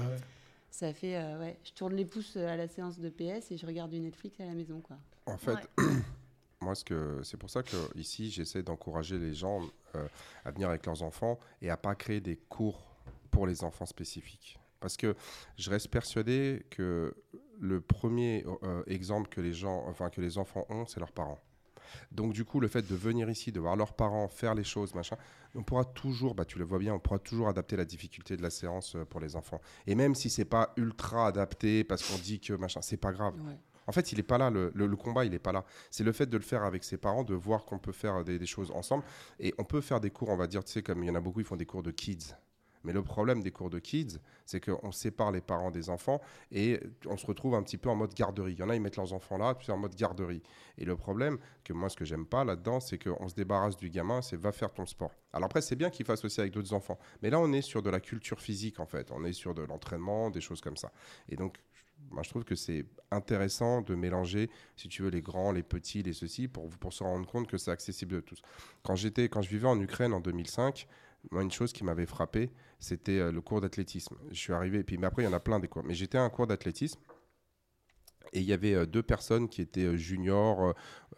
ça fait, je tourne les pouces à la séance de PS et je regarde du Netflix à la maison, quoi. En fait, moi, c'est pour ça que ici, j'essaie d'encourager les gens à venir avec leurs enfants et à pas créer des cours pour les enfants spécifiques. Parce que je reste persuadé que le premier exemple que les enfants ont, c'est leurs parents. Donc du coup, le fait de venir ici, de voir leurs parents faire les choses, machin, on pourra toujours, tu le vois bien, on pourra toujours adapter la difficulté de la séance pour les enfants. Et même si c'est pas ultra adapté, parce qu'on dit que machin, c'est pas grave. Ouais. En fait, il est pas là, le combat, il est pas là. C'est le fait de le faire avec ses parents, de voir qu'on peut faire des choses ensemble. Et on peut faire des cours, on va dire, tu sais, comme il y en a beaucoup, ils font des cours de kids. Mais le problème des cours de kids, c'est qu'on sépare les parents des enfants et on se retrouve un petit peu en mode garderie. Il y en a, ils mettent leurs enfants là, puis c'est en mode garderie. Et le problème, que moi, ce que j'aime pas là-dedans, c'est qu'on se débarrasse du gamin, c'est va faire ton sport. Alors après, c'est bien qu'il fasse aussi avec d'autres enfants. Mais là, on est sur de la culture physique, en fait. On est sur de l'entraînement, des choses comme ça. Et donc, moi, je trouve que c'est intéressant de mélanger, si tu veux, les grands, les petits, les ceci, pour se rendre compte que c'est accessible à tous. Quand je vivais en Ukraine en 2005, moi, une chose qui m'avait frappé, c'était le cours d'athlétisme. Je suis arrivé, mais après, il y en a plein des cours. Mais j'étais à un cours d'athlétisme et il y avait 2 personnes qui étaient juniors,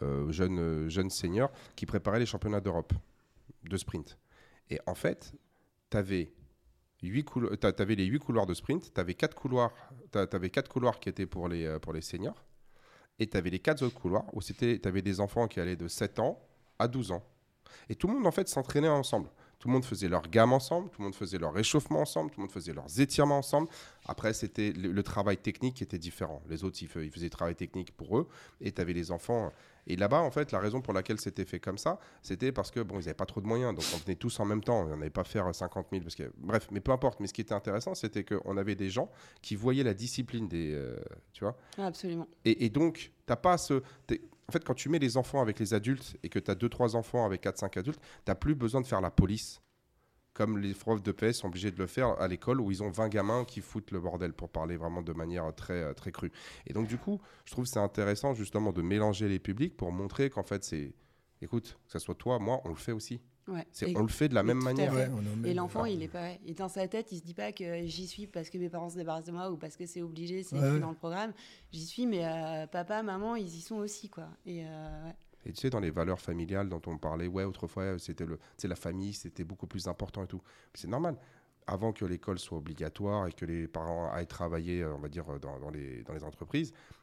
jeunes seniors, qui préparaient les championnats d'Europe de sprint. Et en fait, tu avais les 8 couloirs de sprint, tu avais 4 couloirs qui étaient pour les seniors, et tu avais les 4 autres couloirs où tu avais des enfants qui allaient de 7 ans à 12 ans. Et tout le monde, en fait, s'entraînait ensemble. Tout le monde faisait leur gamme ensemble, tout le monde faisait leur réchauffement ensemble, tout le monde faisait leurs étirements ensemble. Après, c'était le travail technique qui était différent. Les autres, ils faisaient le travail technique pour eux, et tu avais les enfants. Et là-bas, en fait, la raison pour laquelle c'était fait comme ça, c'était parce que, ils n'avaient pas trop de moyens, donc on venait tous en même temps. On n'allait pas faire 50 000, bref, mais peu importe. Mais ce qui était intéressant, c'était qu'on avait des gens qui voyaient la discipline tu vois. Absolument. Et donc, t'as pas en fait, quand tu mets les enfants avec les adultes et que tu as 2-3 enfants avec 4-5 adultes, tu n'as plus besoin de faire la police. Comme les profs de PS sont obligés de le faire à l'école où ils ont 20 gamins qui foutent le bordel, pour parler vraiment de manière très, très crue. Et donc, du coup, je trouve que c'est intéressant justement de mélanger les publics pour montrer qu'en fait, écoute, que ce soit toi, moi, on le fait aussi. Ouais. On le fait de la même manière. Et l'enfant, il est pas, il est dans sa tête, il se dit pas que j'y suis parce que mes parents se débarrassent de moi ou parce que c'est obligé, c'est écrit dans le programme. J'y suis, mais papa, maman, ils y sont aussi, quoi. Et tu sais, dans les valeurs familiales dont on parlait, autrefois, c'était la famille, c'était beaucoup plus important et tout. C'est normal. Avant que l'école soit obligatoire et que les parents aillent travailler, on va dire, dans les entreprises,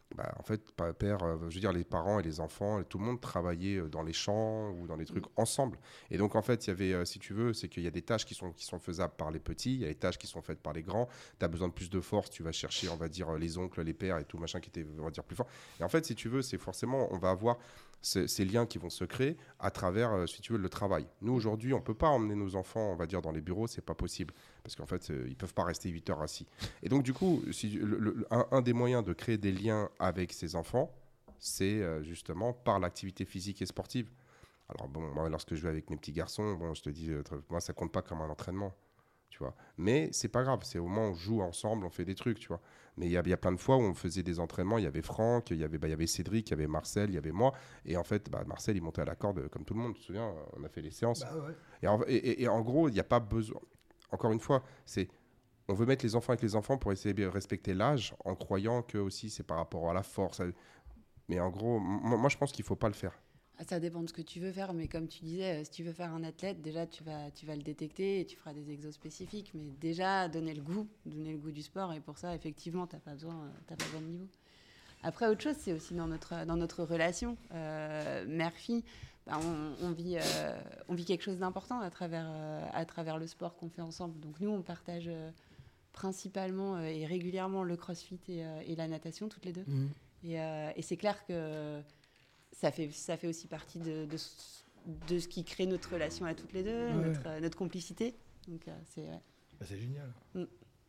Bah, en fait, père, je veux dire, les parents et les enfants, tout le monde travaillait dans les champs ou dans les trucs ensemble. Et donc, en fait, il y avait, si tu veux, c'est qu'il y a des tâches qui sont faisables par les petits, il y a des tâches qui sont faites par les grands. Tu as besoin de plus de force, tu vas chercher, on va dire, les oncles, les pères et tout, machin, qui étaient, on va dire, plus forts. Et en fait, si tu veux, c'est forcément, on va avoir ces liens qui vont se créer à travers, si tu veux, le travail. Nous, aujourd'hui, on ne peut pas emmener nos enfants, on va dire, dans les bureaux, c'est pas possible. Parce qu'en fait, ils ne peuvent pas rester 8 heures assis. Et donc, du coup, un des moyens de créer des liens avec ces enfants, c'est justement par l'activité physique et sportive. Alors, bon, moi, lorsque je vais avec mes petits garçons, bon, je te dis, moi, ça ne compte pas comme un entraînement. Tu vois. Mais c'est pas grave, c'est au moment où on joue ensemble, on fait des trucs, tu vois. Mais il y a plein de fois où on faisait des entraînements, il y avait Franck, il y avait Cédric, il y avait Marcel, il y avait moi. Et en fait, Marcel, il montait à la corde comme tout le monde, tu te souviens, on a fait les séances. Bah ouais. Et en gros, il n'y a pas besoin. Encore une fois, on veut mettre les enfants avec les enfants pour essayer de respecter l'âge en croyant que aussi c'est par rapport à la force. Mais en gros, moi je pense qu'il ne faut pas le faire. Ça dépend de ce que tu veux faire, mais comme tu disais, si tu veux faire un athlète, déjà tu vas le détecter et tu feras des exos spécifiques. Mais déjà, donner le goût du sport. Et pour ça, effectivement, tu n'as pas besoin de niveau. Après, autre chose, c'est aussi dans notre relation mère-fille. Bah, on vit quelque chose d'important à travers le sport qu'on fait ensemble. Donc nous, on partage principalement et régulièrement le crossfit et la natation, toutes les deux. Mmh. Et c'est clair que ça fait aussi partie de ce qui crée notre relation à toutes les deux, ouais. notre complicité. Donc c'est... Ouais. Bah, c'est génial. Mmh.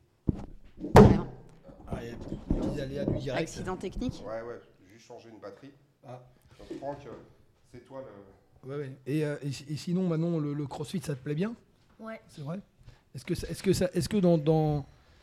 Ah, il y a des petits aléas du direct. Accident technique. Ouais, j'ai juste changé une batterie. Ah. Donc, Franck, c'est toi le... Ouais. Et sinon, Manon, le crossfit, ça te plaît bien ? Ouais. C'est vrai ? Est-ce que dans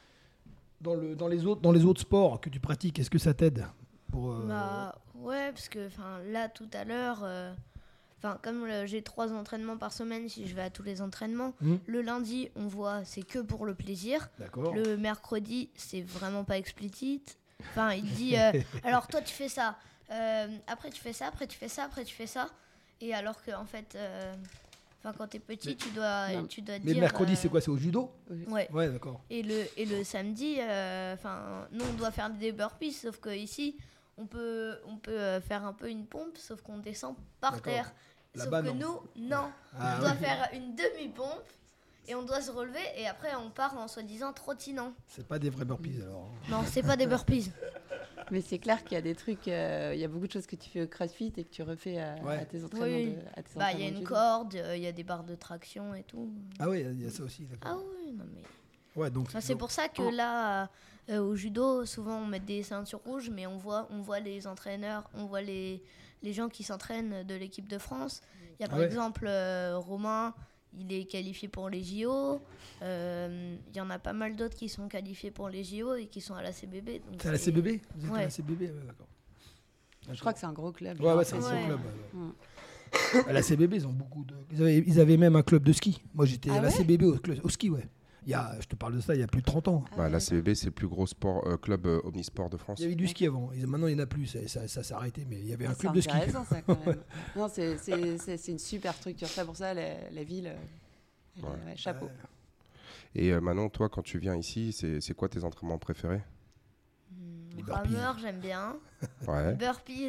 les autres sports que tu pratiques, est-ce que ça t'aide pour, Bah ouais, parce que là tout à l'heure, comme j'ai 3 entraînements par semaine, si je vais à tous les entraînements, le lundi on voit c'est que pour le plaisir. D'accord. Le mercredi c'est vraiment pas explicite. Il dit alors toi tu fais ça, après tu fais ça, après tu fais ça, après tu fais ça, et alors que en fait quand t'es petit, tu dois dire... Mais mercredi, c'est quoi ? C'est au judo ? Ouais. Ouais, d'accord. Et le samedi, nous, on doit faire des burpees, sauf qu'ici, on peut faire un peu une pompe, sauf qu'on descend par terre. Là-bas, sauf que nous, non. On doit faire une demi-pompe, et on doit se relever, et après, on part en soi-disant trottinant. C'est pas des vrais burpees, alors ? Non, c'est pas des burpees. Mais c'est clair qu'il y a des trucs, il y a beaucoup de choses que tu fais au CrossFit et que tu refais à tes entraînements. Oui. Il y a une corde, il y a des barres de traction et tout. Ah oui, il y a ça aussi, d'accord. Ah oui, non mais... Ouais, donc c'est pour ça que là, au judo, souvent on met des ceintures rouges, mais on voit les entraîneurs, on voit les gens qui s'entraînent de l'équipe de France. Il y a par exemple Romain, il est qualifié pour les JO. Il y en a pas mal d'autres qui sont qualifiés pour les JO et qui sont à la CBB. C'est à la CBB ? Vous êtes à la CBB, d'accord. Je crois que c'est un gros club. Ouais, c'est un gros club. Ouais. À la CBB, ils ont beaucoup de... Ils avaient même un club de ski. Moi, j'étais à la CBB au ski, ouais. Je te parle de ça, il y a plus de 30 ans. La CBB, c'est le plus gros club omnisport de France. Il y avait du ski avant. Maintenant, il n'y en a plus. Ça s'est arrêté, mais il y avait un club de ski. C'est intéressant, ça, quand même. Non, c'est une super structure. Ça, pour ça, la ville, chapeau. Et Manon, toi, quand tu viens ici, c'est quoi tes entraînements préférés ? Les burpees. Rameur, j'aime bien. Ouais. Les burpees,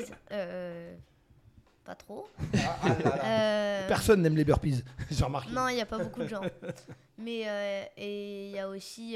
pas trop. Personne n'aime les burpees, j'ai remarqué. Non, il n'y a pas beaucoup de gens. Mais et il y a aussi...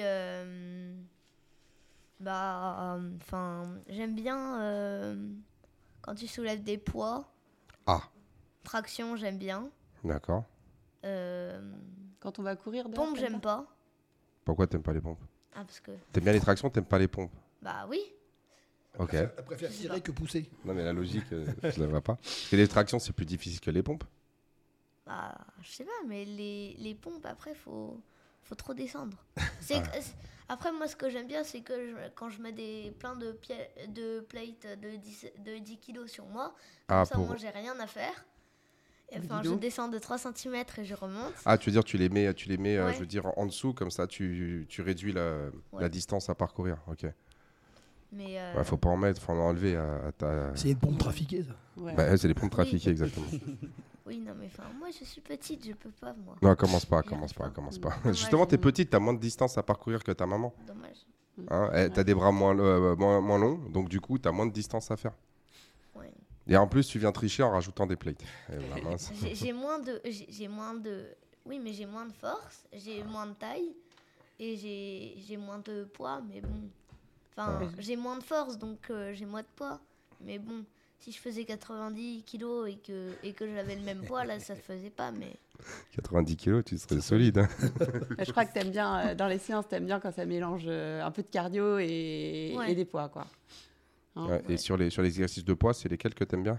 j'aime bien quand tu soulèves des poids. Ah. Traction, j'aime bien. D'accord. Quand on va courir dehors, pompe, j'aime pas. Pourquoi t'aimes pas les pompes ? Ah, parce que... T'aimes bien les tractions, t'aimes pas les pompes ? Bah oui. Ok. Elle préfère tirer que pousser. Non, mais la logique, je la vois pas. Parce que les tractions, c'est plus difficile que les pompes. Bah, je sais pas, mais les pompes, après, faut trop descendre. Après, moi, ce que j'aime bien, c'est que quand je mets plein de plates de 10 kilos sur moi, moi, j'ai rien à faire. Je descends de 3 cm et je remonte. Ah, tu veux dire, tu les mets je veux dire, en dessous, comme ça, tu réduis la distance à parcourir. Ok. Mais faut pas en mettre, faut en enlever à ta... C'est une pompe trafiquée, ça. Ouais. C'est des pompes trafiquées, exactement. Oui, non, mais moi, je suis petite, je peux pas, moi. Non, commence pas. Justement, t'es petite, t'as moins de distance à parcourir que ta maman. Dommage. Hein, tu as des bras moins longs, donc du coup, tu as moins de distance à faire. Ouais. Et en plus, tu viens tricher en rajoutant des plates. J'ai moins de... Oui, mais j'ai moins de force, j'ai moins de taille et j'ai moins de poids, mais bon... Enfin, j'ai moins de force, donc j'ai moins de poids. Mais bon, si je faisais 90 kilos et que j'avais le même poids, là, ça se faisait pas, mais... 90 kilos, tu serais solide. Hein. Je crois que t'aimes bien, dans les séances, t'aimes bien quand ça mélange un peu de cardio et des poids, quoi. Hein, Et sur les exercices de poids, c'est lesquels que t'aimes bien?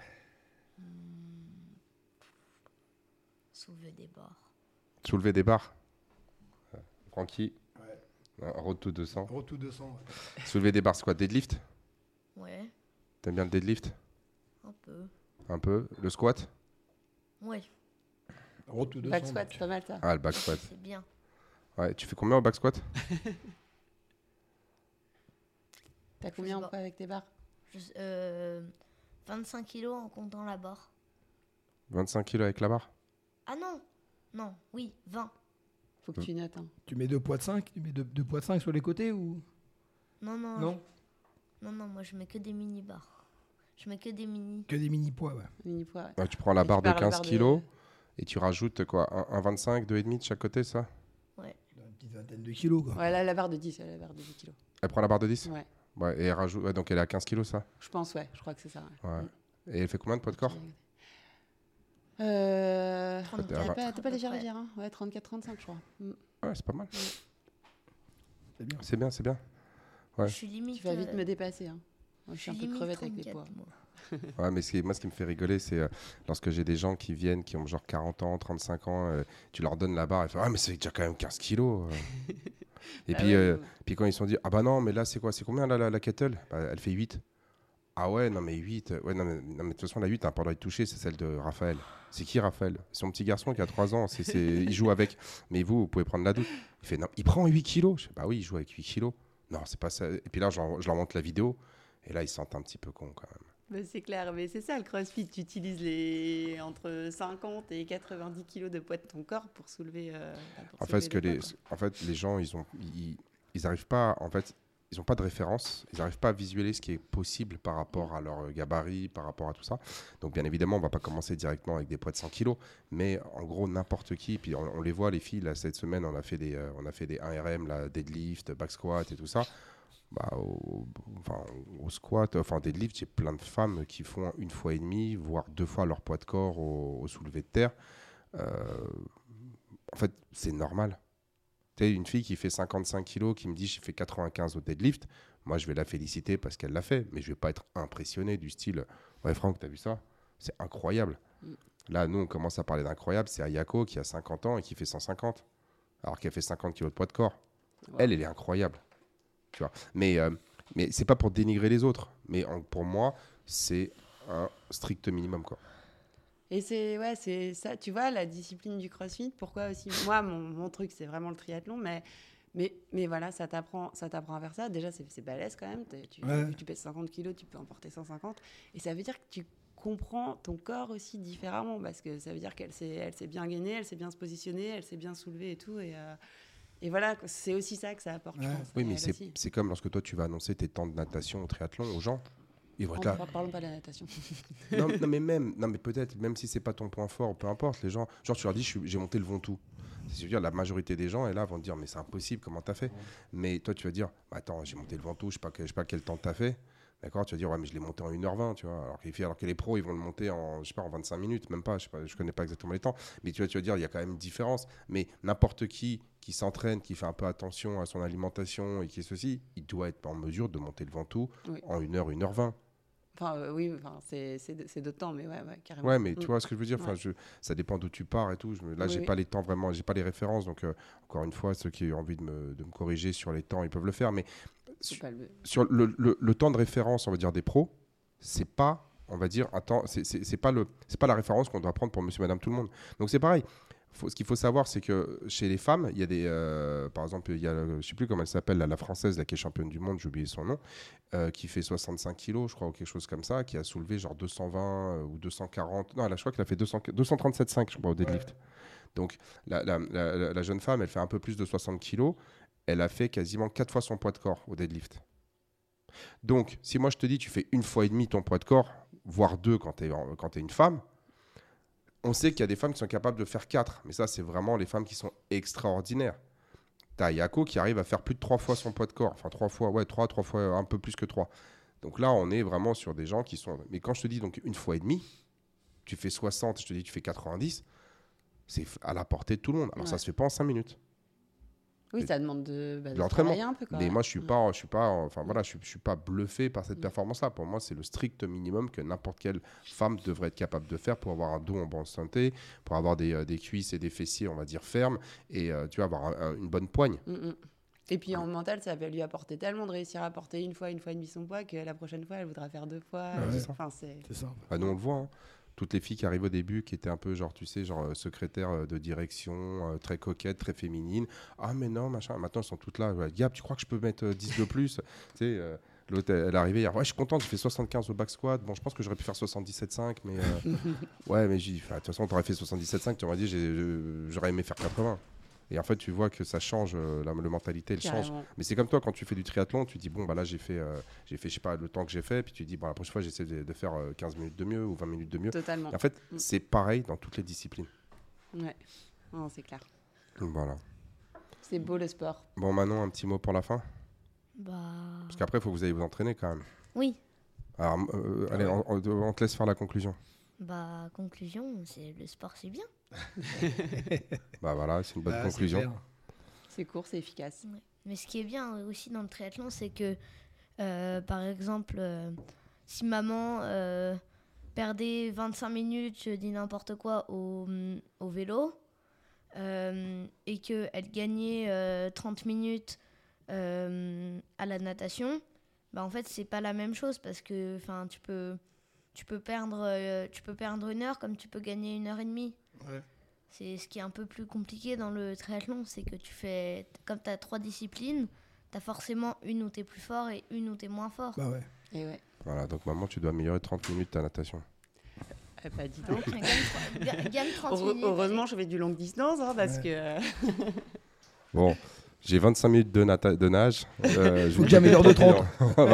Soulever des barres. Soulever des barres. Francky. Road to 200. Road to 200. Ouais. Soulever des barres, c'est quoi? Deadlift? Ouais. T'aimes bien le deadlift? Un peu. Un peu. Le squat? Ouais. Road to 200. Back squat, c'est pas mal ça. Ah, le back squat. C'est bien. Ouais, tu fais combien au back squat? T'as combien en poids avec tes barres? 25 kilos en comptant la barre. 25 kilos avec la barre? Ah non. Non, oui, 20. Faut que tu notes. Hein. Tu mets 2 poids de 5? Tu mets 2 poids de 5 sur les côtés ou... Non. Non, Moi je mets que des mini-barres. Je mets que des mini. que des mini-poids, ouais. Mini-poids, ouais. Ouais, tu prends la Et barre tu de perds la 15 barre kilos et tu rajoutes quoi? Un 25, 2,5 de chaque côté, ça? Ouais. Une petite vingtaine de kilos, quoi. Ouais, là, la barre de 10, la barre de 10 kilos. Elle prend la barre de 10? Ouais, Ouais, et elle rajoute... ouais, donc elle est à 15 kilos, ça? je pense, ouais. Je crois que c'est ça. Ouais. Ouais. Et elle fait combien de poids de corps? T'as 34, pas à peu déjà près. dire, hein. Ouais, 34-35, je crois. Ouais, c'est pas mal. C'est bien. C'est bien, c'est bien. Ouais. Je suis limite. Tu vas vite me dépasser. Hein. Moi, je suis un peu limite crevette avec les 34, poids. moi. Ouais, mais moi, ce qui me fait rigoler, c'est lorsque j'ai des gens qui viennent, qui ont genre 40 ans, 35 ans, tu leur donnes la barre, ils font « Ah, mais c'est déjà quand même 15 kilos Et puis, puis quand ils se sont dit « Ah bah non, mais là, c'est quoi? C'est combien là, la kettle ?» Bah, elle fait 8. Ah ouais, non mais 8. Ouais, non, mais de toute façon, la 8, t'as pas le droit de toucher, c'est celle de Raphaël. C'est qui Raphaël? C'est mon petit garçon qui a 3 ans, il joue avec. Mais vous pouvez prendre la douce. Il fait « Non, il prend 8 kilos ?» Je fais « Bah oui, il joue avec 8 kilos. » Non, c'est pas ça. Et puis là, je leur montre la vidéo, et là, ils se sentent un petit peu cons quand même. Mais c'est clair, mais c'est ça le crossfit. Tu utilises entre 50 et 90 kilos de poids de ton corps pour soulever. En fait, les gens, ils arrivent pas. En fait, ils n'ont pas de référence. Ils n'arrivent pas à visualiser ce qui est possible par rapport à leur gabarit, par rapport à tout ça. Donc, bien évidemment, on ne va pas commencer directement avec des poids de 100 kilos. Mais en gros, n'importe qui. Puis on les voit, les filles. Là, cette semaine, on a fait des 1RM, là, deadlift, back squat et tout ça. Bah, au squat, enfin deadlift, j'ai plein de femmes qui font 1,5 fois, voire 2 fois leur poids de corps au soulevé de terre. En fait, c'est normal. Tu sais, une fille qui fait 55 kilos, qui me dit « je fais 95 au deadlift », moi, je vais la féliciter parce qu'elle l'a fait, mais je ne vais pas être impressionné du style « ouais, Franck, t'as vu ça? C'est incroyable. » Là, nous, on commence à parler d'incroyable. C'est Ayako qui a 50 ans et qui fait 150, alors qu'elle fait 50 kilos de poids de corps. Wow. Elle est incroyable. Tu vois. Mais c'est pas pour dénigrer les autres. Mais pour moi, c'est un strict minimum, quoi. Et c'est ça, tu vois, la discipline du crossfit. Pourquoi aussi? Moi, mon truc, c'est vraiment le triathlon, mais voilà, ça t'apprend à faire ça. Déjà, c'est balèze quand même. Tu pèses 50 kilos, tu peux en porter 150. Et ça veut dire que tu comprends ton corps aussi différemment, parce que ça veut dire qu'elle s'est bien gainée, elle sait bien se positionner, elle s'est bien soulevée et tout. Et voilà, c'est aussi ça que ça apporte, je pense. Oui, mais c'est comme lorsque toi, tu vas annoncer tes temps de natation au triathlon aux gens. Ils vont être là. Parlons pas de la natation. non, mais peut-être, même si c'est pas ton point fort, peu importe, les gens, genre tu leur dis, j'ai monté le Ventoux. C'est-à-dire, la majorité des gens, et là, vont te dire, mais c'est impossible, comment t'as fait? Mais toi, tu vas dire, attends, j'ai monté le Ventoux, je sais pas quel temps t'as fait. D'accord, tu vas dire, ouais, mais je l'ai monté en 1h20, tu vois. Alors que les pros, ils vont le monter en 25 minutes, même pas, je connais pas exactement les temps. Mais tu vas dire, il y a quand même une différence. Mais n'importe qui s'entraîne, qui fait un peu attention à son alimentation et qui est ceci, il doit être en mesure de monter le Ventoux en 1h, 1h20. Oui, c'est d'autres temps, mais ouais, carrément. Ouais, mais tu vois ce que je veux dire, ça dépend d'où tu pars et tout. J'ai pas les temps vraiment, j'ai pas les références. Donc, encore une fois, ceux qui ont envie de me corriger sur les temps, ils peuvent le faire. Mais sur le temps de référence, on va dire, des pros, c'est pas, on va dire, c'est pas la référence qu'on doit prendre pour monsieur, madame, tout le monde. Donc, c'est pareil. Ce qu'il faut savoir, c'est que chez les femmes, il y a des... par exemple, il y a, je ne sais plus comment elle s'appelle, la Française là, qui est championne du monde, j'ai oublié son nom, qui fait 65 kilos, je crois, ou quelque chose comme ça, qui a soulevé genre 220 ou 240... Non, je crois qu'elle a fait 237,5, je crois, au deadlift. Ouais. Donc, la jeune femme, elle fait un peu plus de 60 kilos. elle a fait quasiment 4 fois son poids de corps au deadlift. Donc, si moi je te dis tu fais 1,5 fois ton poids de corps, voire 2 quand tu es une femme, on sait qu'il y a des femmes qui sont capables de faire 4. Mais ça, c'est vraiment les femmes qui sont extraordinaires. T'as Yako qui arrive à faire plus de 3 fois son poids de corps. Enfin, 3 fois, 3 fois, un peu plus que 3. Donc là, on est vraiment sur des gens qui sont... Mais quand je te dis donc 1,5 fois, tu fais 60, je te dis tu fais 90, c'est à la portée de tout le monde. Alors ça se fait pas en 5 minutes. Oui, ça demande de l'entraînement. travailler un peu. Mais moi, je suis pas bluffé par cette performance-là. Pour moi, c'est le strict minimum que n'importe quelle femme devrait être capable de faire pour avoir un dos en bonne santé, pour avoir des cuisses et des fessiers, on va dire, fermes, et tu vas avoir une bonne poigne. Et puis en mental, ça va lui apporter tellement de réussir à porter 1 fois et demie son poids que la prochaine fois, elle voudra faire 2 fois. C'est ça. Bah, nous, on le voit. Hein. Toutes les filles qui arrivent au début, qui étaient un peu genre, tu sais, genre secrétaire de direction, très coquette, très féminine. Ah, mais non, machin. Maintenant, elles sont toutes là. Gab, tu crois que je peux mettre 10 de plus? Tu sais, l'autre, elle est arrivée hier. Ouais, je suis contente, j'ai fait 75 au back squat. Bon, je pense que j'aurais pu faire 77,5, mais ouais, mais de toute façon, t'aurais fait 77,5, tu m'aurais dit, j'aurais aimé faire 80. Et en fait, tu vois que ça change, la mentalité, elle change. Mais c'est comme toi, quand tu fais du triathlon, tu dis, bon, bah là, j'ai fait, je sais pas, le temps que j'ai fait, puis tu dis, bon, la prochaine fois, j'essaie de faire 15 minutes de mieux ou 20 minutes de mieux. Totalement. Et en fait, c'est pareil dans toutes les disciplines. Ouais, non, c'est clair. Voilà. C'est beau le sport. Bon, Manon, un petit mot pour la fin? Bah... Parce qu'après, il faut que vous ayez vous entraîner quand même. Oui. Alors, allez, on te laisse faire la conclusion. Bah, conclusion, le sport, c'est bien. Bah voilà, c'est une bonne conclusion. C'est court, c'est efficace. Ouais. Mais ce qui est bien aussi dans le triathlon, c'est que, par exemple, si maman perdait 25 minutes, je dis n'importe quoi, au vélo, et qu'elle gagnait 30 minutes à la natation, bah en fait, c'est pas la même chose parce que tu peux perdre 1 heure comme tu peux gagner 1h30. Ouais. C'est ce qui est un peu plus compliqué dans le triathlon, c'est que comme tu as 3 disciplines, tu as forcément une où tu es plus fort et une où tu es moins fort. Bah ouais. Et ouais. Voilà, donc maman, tu dois améliorer 30 minutes ta natation. Bah dis donc. Gagne 30 minutes. Heureusement, je fais du longue distance parce que... Bon, j'ai 25 minutes de nage. Faut que j'améliore de 30.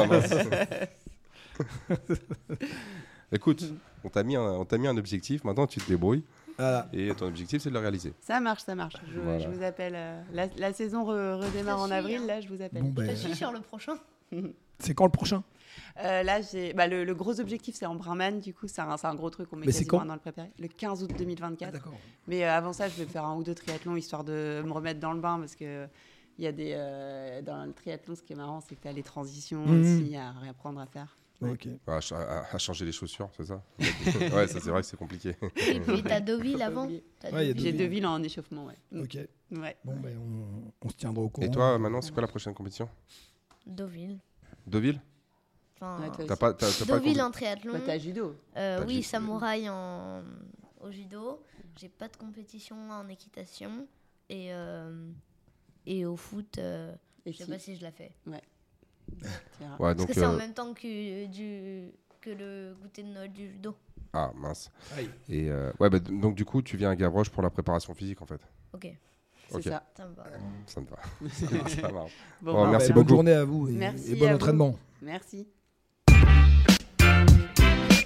Écoute, on t'a mis un objectif, maintenant tu te débrouilles. Voilà. Et ton objectif, c'est de le réaliser. Ça marche. Voilà. Je vous appelle. La saison redémarre en avril, là, je vous appelle. Bon, Je suis sur le prochain. C'est quand le prochain? Là, le gros objectif, c'est en Brandman. Du coup, c'est un gros truc. On met quasiment un an à le préparer. Le 15 août 2024. D'accord. Mais avant ça, je vais faire 1 ou 2 triathlons, histoire de me remettre dans le bain, parce que il y a dans le triathlon, ce qui est marrant, c'est que tu as les transitions aussi à réapprendre à faire. Ouais. Ok. À changer les chaussures, c'est ça? Ouais, ça c'est vrai que c'est compliqué. Et puis t'as Deauville avant. J'ai Deauville en échauffement, ouais. Ok. Ouais. Bon, ben on se tiendra au courant. Et toi, maintenant, c'est quoi la prochaine compétition? Deauville. Deauville? Enfin, Ouais, T'as pas Deauville en triathlon. Bah, t'as judo. Oui, samouraï au judo. J'ai pas de compétition en équitation. Et au foot, je sais pas si je la fais. Ouais, Parce donc, que c'est en même temps que le goûter de Noël du judo. Ah, mince. Aïe. Et ouais, bah, donc du coup, tu viens à Gavroche pour la préparation physique, en fait. Ok, C'est Ok. ça. ça me va. Ça me va. Ça marche. Bon, Bon, bah, merci Bonne beaucoup. journée à vous Merci et bon à vous. entraînement. Merci.